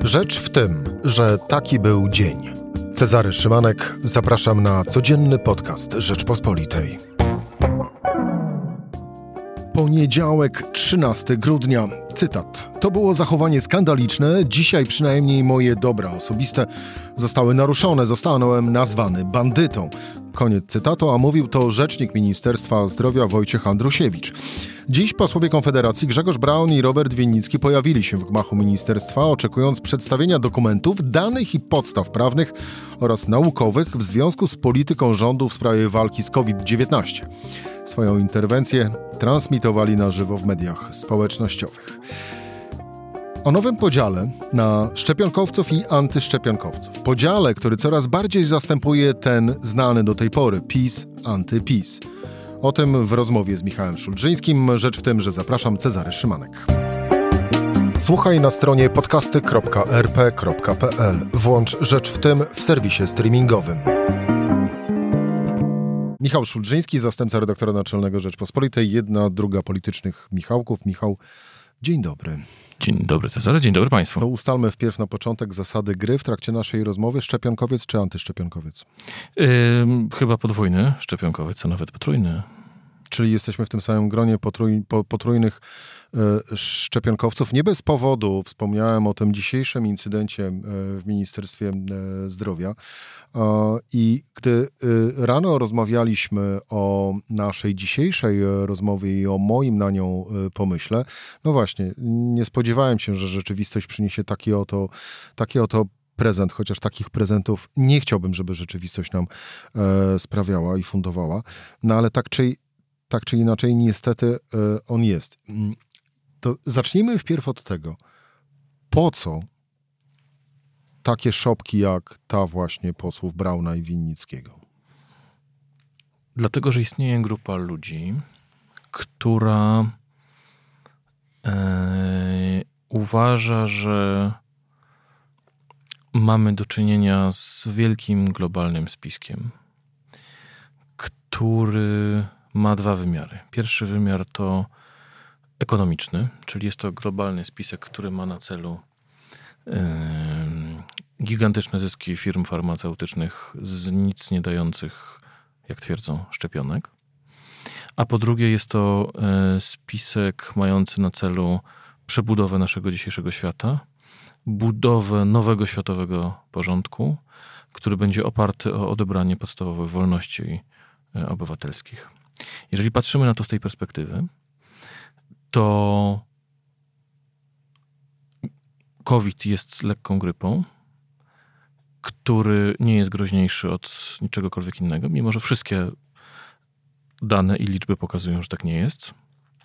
Rzecz w tym, że taki był dzień. Cezary Szymanek, zapraszam na codzienny podcast Rzeczpospolitej. Poniedziałek, 13 grudnia. Cytat. To było zachowanie skandaliczne. Dzisiaj przynajmniej moje dobra osobiste zostały naruszone. Zostałem nazwany bandytą. Koniec cytatu, a mówił to rzecznik Ministerstwa Zdrowia Wojciech Andrusiewicz. Dziś posłowie Konfederacji Grzegorz Braun i Robert Winnicki pojawili się w gmachu ministerstwa, oczekując przedstawienia dokumentów, danych i podstaw prawnych oraz naukowych w związku z polityką rządu w sprawie walki z COVID-19. Swoją interwencję transmitowali na żywo w mediach społecznościowych. O nowym podziale na szczepionkowców i antyszczepionkowców. Podziale, który coraz bardziej zastępuje ten znany do tej pory PiS, anty-PiS. O tym w rozmowie z Michałem Szulżyńskim. Rzecz w tym, że zapraszam, Cezary Szymanek. Słuchaj na stronie podcasty.rp.pl. Włącz Rzecz w tym w serwisie streamingowym. Michał Szulżyński, zastępca redaktora naczelnego Rzeczpospolitej, jedna, druga politycznych Michałków. Michał, dzień dobry. Dzień dobry, Cezary, dzień dobry Państwu. To ustalmy wpierw na początek zasady gry w trakcie naszej rozmowy. Szczepionkowiec czy antyszczepionkowiec? Chyba podwójny szczepionkowiec, a nawet potrójny. Czyli jesteśmy w tym samym gronie potrójnych szczepionkowców. Nie bez powodu wspomniałem o tym dzisiejszym incydencie w Ministerstwie Zdrowia. I gdy rano rozmawialiśmy o naszej dzisiejszej rozmowie i o moim na nią pomyśle, no właśnie, nie spodziewałem się, że rzeczywistość przyniesie taki oto prezent, chociaż takich prezentów nie chciałbym, żeby rzeczywistość nam sprawiała i fundowała. No ale tak czy inaczej, niestety on jest. To zacznijmy wpierw od tego, po co takie szopki jak ta właśnie posłów Brauna i Winnickiego? Dlatego, że istnieje grupa ludzi, która uważa, że mamy do czynienia z wielkim globalnym spiskiem, który ma dwa wymiary. Pierwszy wymiar to ekonomiczny, czyli jest to globalny spisek, który ma na celu gigantyczne zyski firm farmaceutycznych z nic nie dających, jak twierdzą, szczepionek. A po drugie jest to spisek mający na celu przebudowę naszego dzisiejszego świata, budowę nowego światowego porządku, który będzie oparty o odebranie podstawowych wolności obywatelskich. Jeżeli patrzymy na to z tej perspektywy, to COVID jest lekką grypą, który nie jest groźniejszy od niczegokolwiek innego, mimo że wszystkie dane i liczby pokazują, że tak nie jest,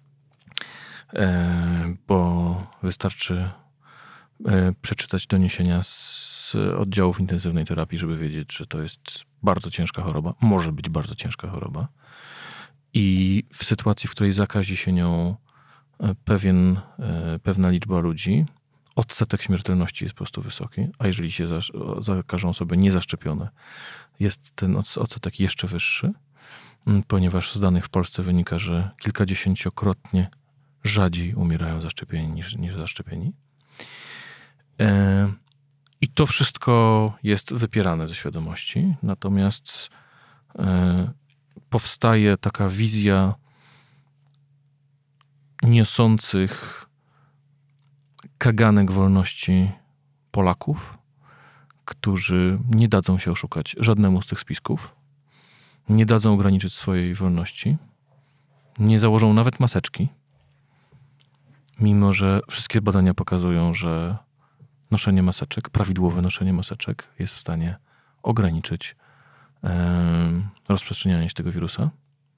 bo wystarczy przeczytać doniesienia z oddziałów intensywnej terapii, żeby wiedzieć, że to jest bardzo ciężka choroba, może być bardzo ciężka choroba. I w sytuacji, w której zakazi się nią pewna liczba ludzi, odsetek śmiertelności jest po prostu wysoki, a jeżeli się zakażą osoby niezaszczepione, jest ten odsetek jeszcze wyższy, ponieważ z danych w Polsce wynika, że kilkadziesięciokrotnie rzadziej umierają zaszczepieni niż zaszczepieni. I to wszystko jest wypierane ze świadomości, natomiast powstaje taka wizja niosących kaganek wolności Polaków, którzy nie dadzą się oszukać żadnemu z tych spisków, nie dadzą ograniczyć swojej wolności, nie założą nawet maseczki, mimo że wszystkie badania pokazują, że noszenie maseczek, prawidłowe noszenie maseczek jest w stanie ograniczyć rozprzestrzenianie się tego wirusa.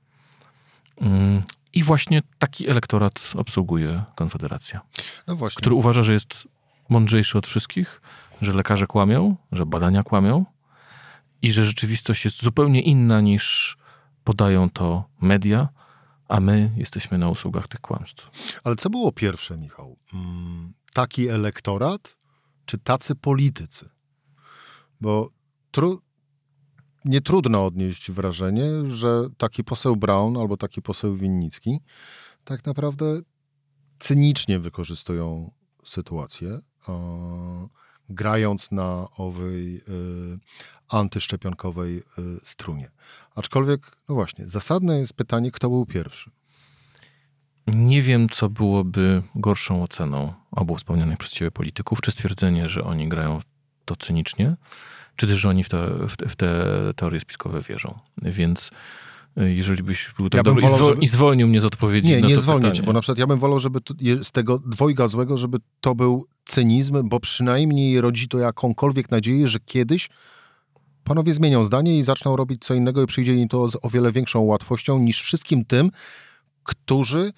I właśnie taki elektorat obsługuje Konfederacja, No właśnie. który uważa, że jest mądrzejszy od wszystkich, że lekarze kłamią, że badania kłamią i że rzeczywistość jest zupełnie inna niż podają to media, a my jesteśmy na usługach tych kłamstw. Ale co było pierwsze, Michał? Taki elektorat, czy tacy politycy? Bo nie trudno odnieść wrażenie, że taki poseł Braun albo taki poseł Winnicki tak naprawdę cynicznie wykorzystują sytuację, grając na owej antyszczepionkowej strunie. Aczkolwiek, no właśnie, zasadne jest pytanie, kto był pierwszy. Nie wiem, co byłoby gorszą oceną obu wspomnianych przez ciebie polityków, czy stwierdzenie, że oni grają to cynicznie, czy też, że oni w te teorie spiskowe wierzą. Więc jeżeli byś był tak dobry i zwolnił mnie z odpowiedzi na to nie zwolnię pytanie. Cię, bo na przykład ja bym wolał, żeby z tego dwojga złego, żeby to był cynizm, bo przynajmniej rodzi to jakąkolwiek nadzieję, że kiedyś panowie zmienią zdanie i zaczną robić co innego i przyjdzie im to z o wiele większą łatwością niż wszystkim tym, którzy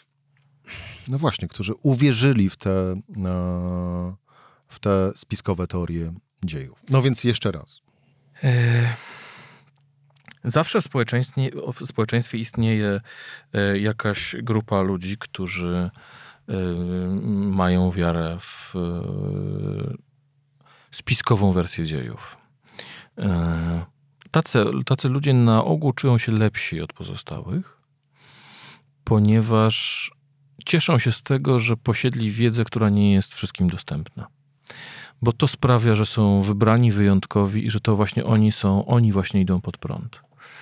uwierzyli w te spiskowe teorie dziejów. No więc jeszcze raz. Zawsze w społeczeństwie istnieje jakaś grupa ludzi, którzy mają wiarę w spiskową wersję dziejów. Tacy ludzie na ogół czują się lepsi od pozostałych, ponieważ cieszą się z tego, że posiedli wiedzę, która nie jest wszystkim dostępna. Bo to sprawia, że są wybrani, wyjątkowi i że to właśnie oni właśnie idą pod prąd.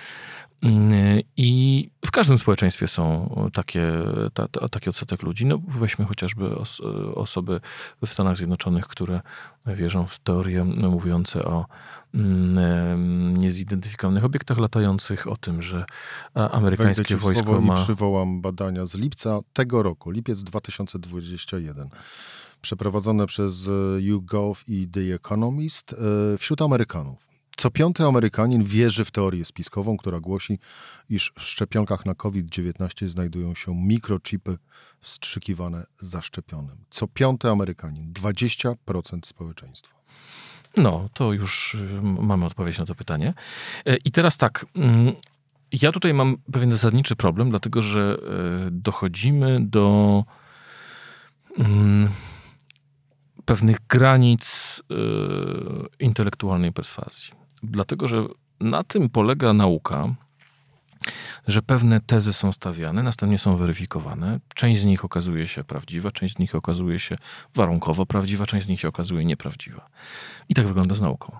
I w każdym społeczeństwie są taki odsetek ludzi. No weźmy chociażby osoby w Stanach Zjednoczonych, które wierzą w teorie mówiące o niezidentyfikowanych obiektach latających, o tym, że amerykańskie wojsko ma... I przywołam badania z lipca tego roku, lipiec 2021. Przeprowadzone przez YouGov i The Economist wśród Amerykanów. Co piąty Amerykanin wierzy w teorię spiskową, która głosi, iż w szczepionkach na COVID-19 znajdują się mikrochipy wstrzykiwane zaszczepionym. Co piąty Amerykanin, 20% społeczeństwa. No, to już mamy odpowiedź na to pytanie. I teraz tak, ja tutaj mam pewien zasadniczy problem, dlatego że dochodzimy do pewnych granic intelektualnej perswazji. Dlatego, że na tym polega nauka, że pewne tezy są stawiane, następnie są weryfikowane. Część z nich okazuje się prawdziwa, część z nich okazuje się warunkowo prawdziwa, część z nich się okazuje nieprawdziwa. I tak wygląda z nauką.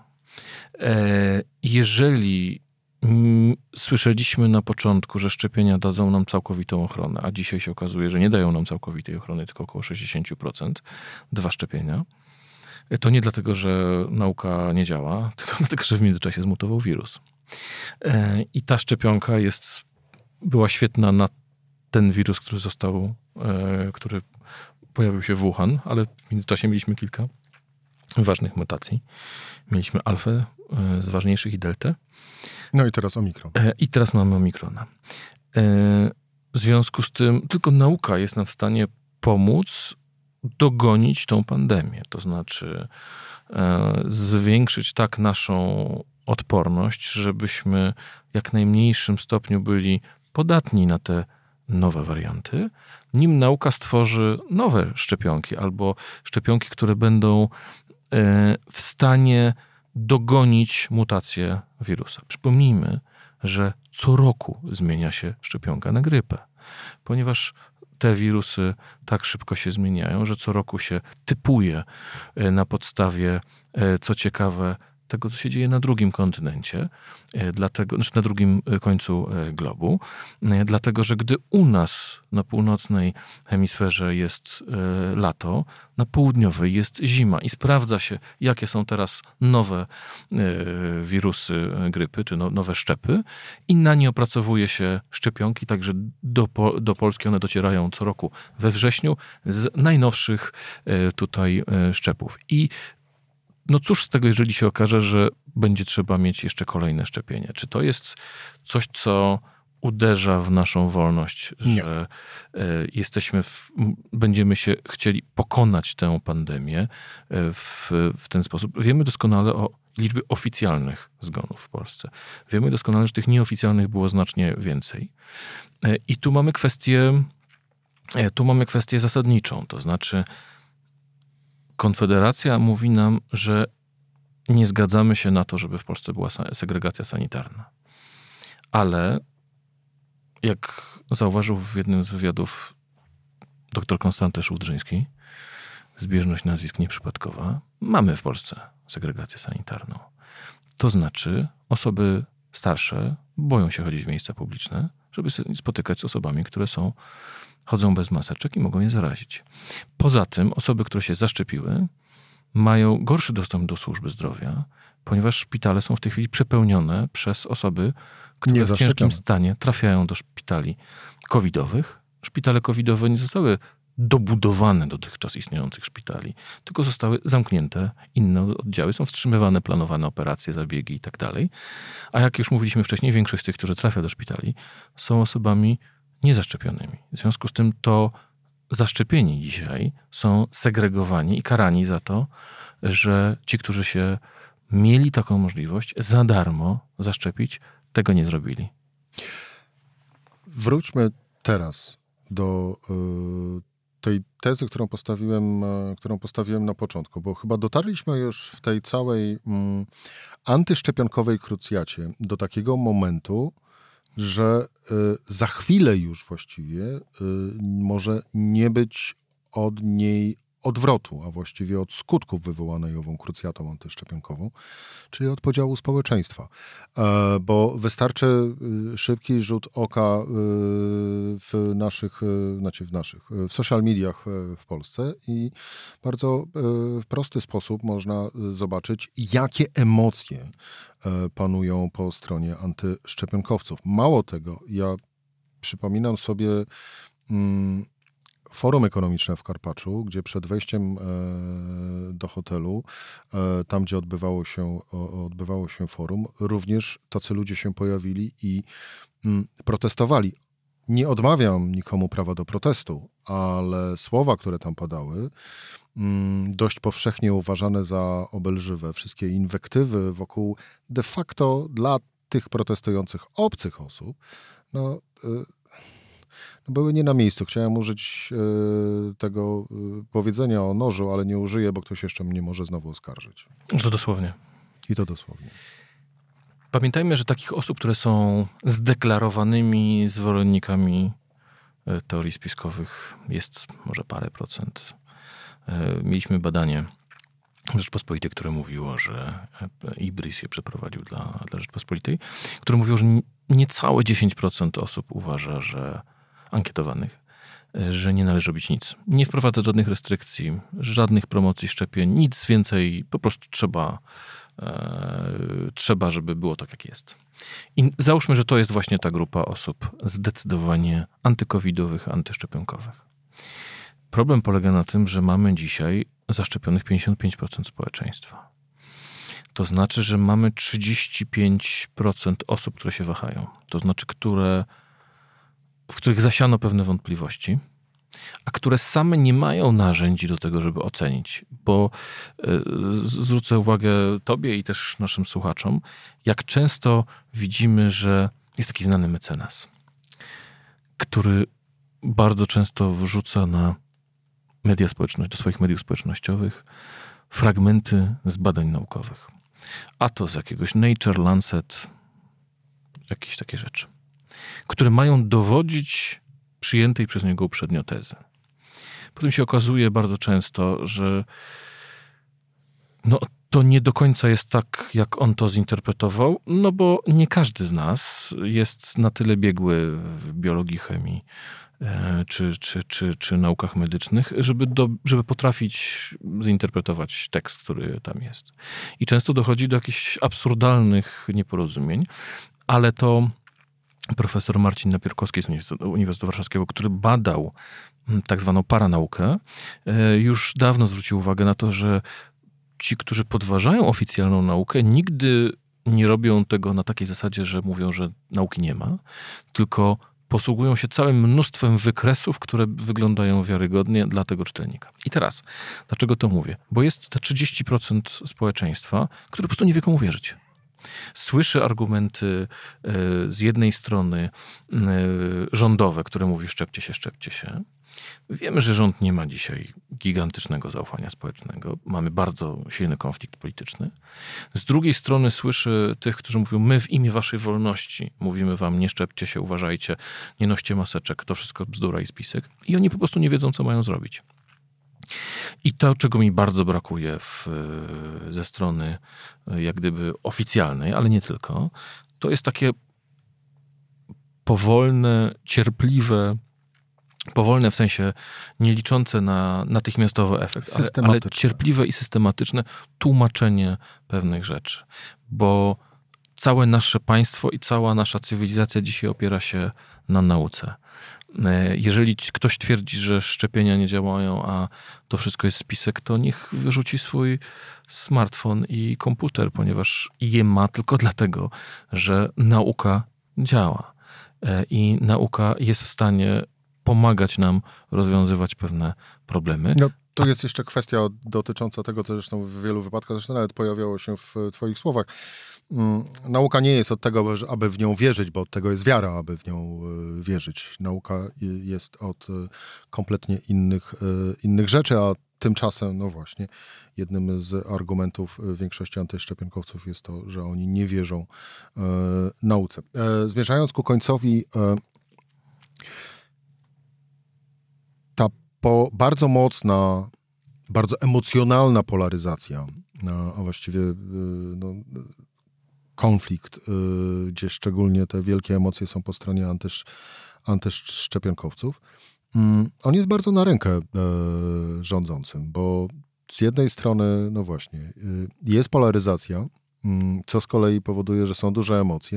Jeżeli słyszeliśmy na początku, że szczepienia dadzą nam całkowitą ochronę, a dzisiaj się okazuje, że nie dają nam całkowitej ochrony, tylko około 60%, 2 szczepienia, to nie dlatego, że nauka nie działa, tylko dlatego, że w międzyczasie zmutował wirus. I ta szczepionka była świetna na ten wirus, który pojawił się w Wuhan, ale w międzyczasie mieliśmy kilka ważnych mutacji. Mieliśmy alfę z ważniejszych i deltę. No i teraz omikron. I teraz mamy omikrona. W związku z tym tylko nauka jest nam w stanie pomóc dogonić tą pandemię. To znaczy zwiększyć tak naszą odporność, żebyśmy w jak najmniejszym stopniu byli podatni na te nowe warianty, nim nauka stworzy nowe szczepionki albo szczepionki, które będą w stanie dogonić mutację wirusa. Przypomnijmy, że co roku zmienia się szczepionka na grypę, ponieważ te wirusy tak szybko się zmieniają, że co roku się typuje na podstawie, co ciekawe, tego, co się dzieje na drugim kontynencie, na drugim końcu globu, dlatego, że gdy u nas na północnej hemisferze jest lato, na południowej jest zima i sprawdza się, jakie są teraz nowe wirusy grypy, czy nowe szczepy i na nie opracowuje się szczepionki, także do Polski one docierają co roku we wrześniu z najnowszych tutaj szczepów. I no cóż z tego, jeżeli się okaże, że będzie trzeba mieć jeszcze kolejne szczepienie? Czy to jest coś, co uderza w naszą wolność, że będziemy się chcieli pokonać tę pandemię w ten sposób? Wiemy doskonale o liczbie oficjalnych zgonów w Polsce. Wiemy doskonale, że tych nieoficjalnych było znacznie więcej. I tu mamy kwestię zasadniczą, to znaczy Konfederacja mówi nam, że nie zgadzamy się na to, żeby w Polsce była segregacja sanitarna. Ale jak zauważył w jednym z wywiadów dr Konstanty Szułdrzyński, zbieżność nazwisk nieprzypadkowa. Mamy w Polsce segregację sanitarną. To znaczy osoby starsze boją się chodzić w miejsca publiczne, żeby się spotykać z osobami, które chodzą bez maseczek i mogą je zarazić. Poza tym osoby, które się zaszczepiły, mają gorszy dostęp do służby zdrowia, ponieważ szpitale są w tej chwili przepełnione przez osoby, które w ciężkim stanie trafiają do szpitali covidowych. Szpitale covidowe nie zostały dobudowane dotychczas istniejących szpitali, tylko zostały zamknięte, inne oddziały są wstrzymywane, planowane operacje, zabiegi i tak dalej. A jak już mówiliśmy wcześniej, większość z tych, którzy trafia do szpitali, są osobami niezaszczepionymi. W związku z tym to zaszczepieni dzisiaj są segregowani i karani za to, że ci, którzy się mieli taką możliwość za darmo zaszczepić, tego nie zrobili. Wróćmy teraz do tej tezy, którą postawiłem na początku, bo chyba dotarliśmy już w tej całej antyszczepionkowej krucjacie do takiego momentu, że za chwilę już właściwie może nie być od niej odwrotu, a właściwie od skutków wywołanej ową krucjatą antyszczepionkową, czyli od podziału społeczeństwa. Bo wystarczy szybki rzut oka w social mediach w Polsce i bardzo w prosty sposób można zobaczyć, jakie emocje panują po stronie antyszczepionkowców. Mało tego, ja przypominam sobie Forum Ekonomiczne w Karpaczu, gdzie przed wejściem do hotelu, tam gdzie odbywało się forum, również tacy ludzie się pojawili i protestowali. Nie odmawiam nikomu prawa do protestu, ale słowa, które tam padały, dość powszechnie uważane za obelżywe, wszystkie inwektywy wokół de facto dla tych protestujących obcych osób, były nie na miejscu. Chciałem użyć tego powiedzenia o nożu, ale nie użyję, bo ktoś jeszcze mnie może znowu oskarżyć. To dosłownie. I to dosłownie. Pamiętajmy, że takich osób, które są zdeklarowanymi zwolennikami teorii spiskowych jest może parę procent. Mieliśmy badanie w Rzeczpospolitej, które mówiło, że IBRIS je przeprowadził dla Rzeczpospolitej, które mówiło, że niecałe 10% osób uważa, że ankietowanych, że nie należy robić nic. Nie wprowadzać żadnych restrykcji, żadnych promocji szczepień, nic więcej, po prostu trzeba, żeby było tak, jak jest. I załóżmy, że to jest właśnie ta grupa osób zdecydowanie antykowidowych, antyszczepionkowych. Problem polega na tym, że mamy dzisiaj zaszczepionych 55% społeczeństwa. To znaczy, że mamy 35% osób, które się wahają. To znaczy, w których zasiano pewne wątpliwości, a które same nie mają narzędzi do tego, żeby ocenić. Bo zwrócę uwagę tobie i też naszym słuchaczom, jak często widzimy, że jest taki znany mecenas, który bardzo często wrzuca do swoich mediów społecznościowych fragmenty z badań naukowych. A to z jakiegoś Nature, Lancet, jakieś takie rzeczy, które mają dowodzić przyjętej przez niego uprzednio tezy. Potem się okazuje bardzo często, że to nie do końca jest tak, jak on to zinterpretował, bo nie każdy z nas jest na tyle biegły w biologii, chemii czy naukach medycznych, żeby potrafić zinterpretować tekst, który tam jest. I często dochodzi do jakichś absurdalnych nieporozumień, ale to profesor Marcin Napierkowski z Uniwersytetu Warszawskiego, który badał tak zwaną paranaukę, już dawno zwrócił uwagę na to, że ci, którzy podważają oficjalną naukę, nigdy nie robią tego na takiej zasadzie, że mówią, że nauki nie ma, tylko posługują się całym mnóstwem wykresów, które wyglądają wiarygodnie dla tego czytelnika. I teraz, dlaczego to mówię? Bo jest te 30% społeczeństwa, które po prostu nie wie, komu wierzyć. Słyszy argumenty z jednej strony rządowe, które mówi szczepcie się. Wiemy, że rząd nie ma dzisiaj gigantycznego zaufania społecznego. Mamy bardzo silny konflikt polityczny. Z drugiej strony słyszy tych, którzy mówią, my w imię waszej wolności mówimy wam, nie szczepcie się, uważajcie, nie noście maseczek, to wszystko bzdura i spisek. I oni po prostu nie wiedzą, co mają zrobić. I to, czego mi bardzo brakuje ze strony jak gdyby oficjalnej, ale nie tylko, to jest takie powolne, cierpliwe, powolne w sensie nie liczące na natychmiastowy efekt, ale cierpliwe i systematyczne tłumaczenie pewnych rzeczy. Bo całe nasze państwo i cała nasza cywilizacja dzisiaj opiera się na nauce. Jeżeli ktoś twierdzi, że szczepienia nie działają, a to wszystko jest spisek, to niech wyrzuci swój smartfon i komputer, ponieważ je ma tylko dlatego, że nauka działa. I nauka jest w stanie pomagać nam rozwiązywać pewne problemy. No, to jest jeszcze kwestia dotycząca tego, co zresztą w wielu wypadkach, zresztą nawet pojawiało się w twoich słowach. Nauka nie jest od tego, aby w nią wierzyć, bo od tego jest wiara, aby w nią wierzyć. Nauka jest od kompletnie innych rzeczy, a tymczasem, no właśnie, jednym z argumentów większości antyszczepionkowców jest to, że oni nie wierzą nauce. Zmierzając ku końcowi, ta bardzo mocna, bardzo emocjonalna polaryzacja, a właściwie konflikt, gdzie szczególnie te wielkie emocje są po stronie antyszczepionkowców, on jest bardzo na rękę rządzącym, bo z jednej strony, no właśnie, jest polaryzacja, co z kolei powoduje, że są duże emocje,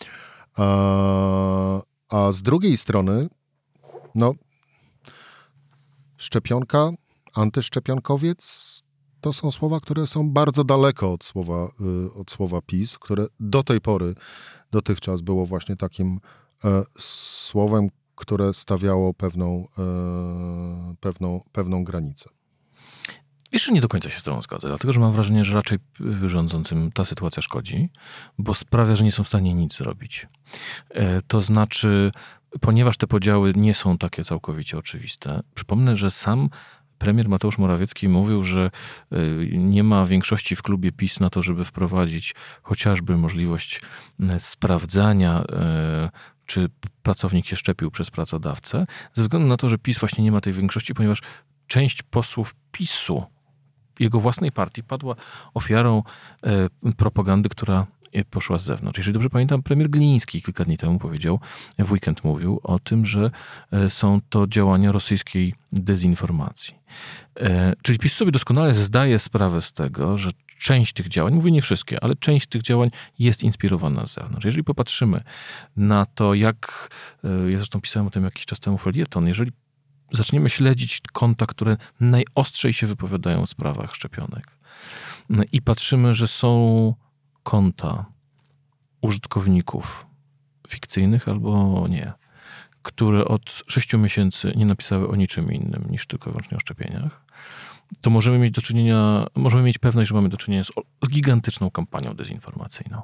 a z drugiej strony, no, szczepionka, antyszczepionkowiec to są słowa, które są bardzo daleko od słowa PiS, które do tej pory, dotychczas było właśnie takim słowem, które stawiało pewną granicę. Jeszcze nie do końca się z tobą zgodzę, dlatego że mam wrażenie, że raczej rządzącym ta sytuacja szkodzi, bo sprawia, że nie są w stanie nic zrobić. To znaczy, ponieważ te podziały nie są takie całkowicie oczywiste, przypomnę, że sam premier Mateusz Morawiecki mówił, że nie ma większości w klubie PiS na to, żeby wprowadzić chociażby możliwość sprawdzania, czy pracownik się szczepił przez pracodawcę, ze względu na to, że PiS właśnie nie ma tej większości, ponieważ część posłów PiS-u, jego własnej partii, padła ofiarą propagandy, która poszła z zewnątrz. Jeżeli dobrze pamiętam, premier Gliński kilka dni temu powiedział, w weekend mówił o tym, że są to działania rosyjskiej dezinformacji. Czyli PiS sobie doskonale zdaje sprawę z tego, że część tych działań, mówię nie wszystkie, ale część tych działań jest inspirowana z zewnątrz. Jeżeli popatrzymy na to, jak, ja zresztą pisałem o tym jakiś czas temu felieton, jeżeli zaczniemy śledzić konta, które najostrzej się wypowiadają w sprawach szczepionek i patrzymy, że są konta użytkowników fikcyjnych albo nie, które od 6 miesięcy nie napisały o niczym innym niż tylko i wyłącznie o szczepieniach, to możemy mieć pewność, że mamy do czynienia z gigantyczną kampanią dezinformacyjną.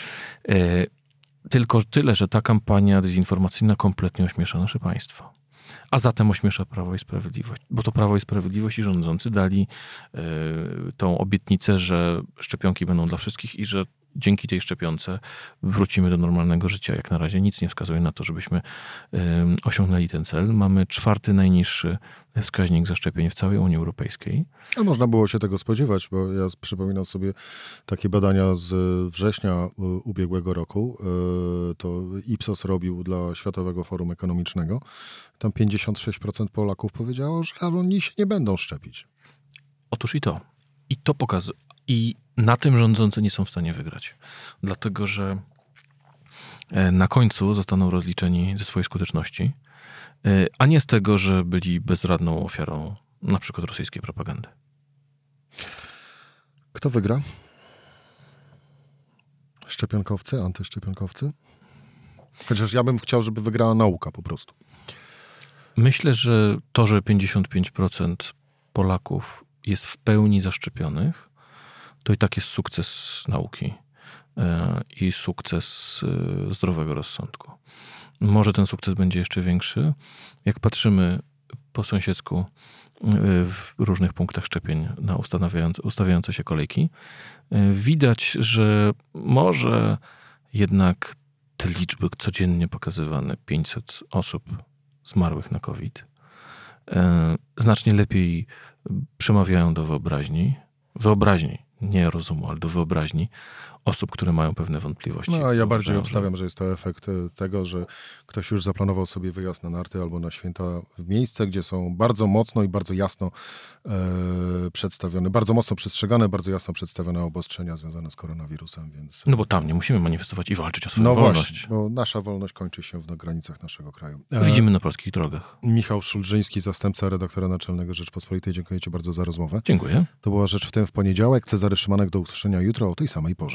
Tylko tyle, że ta kampania dezinformacyjna kompletnie ośmiesza nasze państwo. A zatem ośmiesza Prawo i Sprawiedliwość. Bo to Prawo i Sprawiedliwość i rządzący dali tą obietnicę, że szczepionki będą dla wszystkich i że dzięki tej szczepionce wrócimy do normalnego życia. Jak na razie nic nie wskazuje na to, żebyśmy osiągnęli ten cel. Mamy 4. najniższy wskaźnik zaszczepień w całej Unii Europejskiej. A można było się tego spodziewać, bo ja przypominam sobie takie badania z września ubiegłego roku. To Ipsos robił dla Światowego Forum Ekonomicznego. Tam 56% Polaków powiedziało, że oni się nie będą szczepić. Otóż i to pokazuje. I na tym rządzący nie są w stanie wygrać. Dlatego, że na końcu zostaną rozliczeni ze swojej skuteczności, a nie z tego, że byli bezradną ofiarą na przykład rosyjskiej propagandy. Kto wygra? Szczepionkowcy, antyszczepionkowcy? Chociaż ja bym chciał, żeby wygrała nauka po prostu. Myślę, że to, że 55% Polaków jest w pełni zaszczepionych, to i tak jest sukces nauki i sukces zdrowego rozsądku. Może ten sukces będzie jeszcze większy. Jak patrzymy po sąsiedzku w różnych punktach szczepień na ustawiające się kolejki, widać, że może jednak te liczby codziennie pokazywane, 500 osób zmarłych na COVID, znacznie lepiej przemawiają do wyobraźni, nie rozumu, ale do wyobraźni osób, które mają pewne wątpliwości. No, ja bardziej obstawiam, że jest to efekt tego, że ktoś już zaplanował sobie wyjazd na narty albo na święta w miejsce, gdzie są bardzo mocno i bardzo jasno przedstawione, bardzo mocno przestrzegane, bardzo jasno przedstawione obostrzenia związane z koronawirusem, więc... No bo tam nie musimy manifestować i walczyć o swoją wolność. Właśnie, bo nasza wolność kończy się w granicach naszego kraju. Widzimy na polskich drogach. Michał Szulżyński, zastępca redaktora naczelnego Rzeczpospolitej. Dziękuję Ci bardzo za rozmowę. Dziękuję. To była Rzecz w tym w poniedziałek. Cezary Szymanek, do usłyszenia jutro o tej samej porze.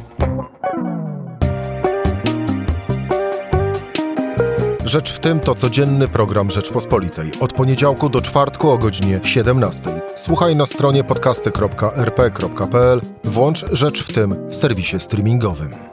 Rzecz w tym to codzienny program Rzeczpospolitej. Od poniedziałku do czwartku o godzinie 17. Słuchaj na stronie podcasty.rp.pl. Włącz Rzecz w tym w serwisie streamingowym.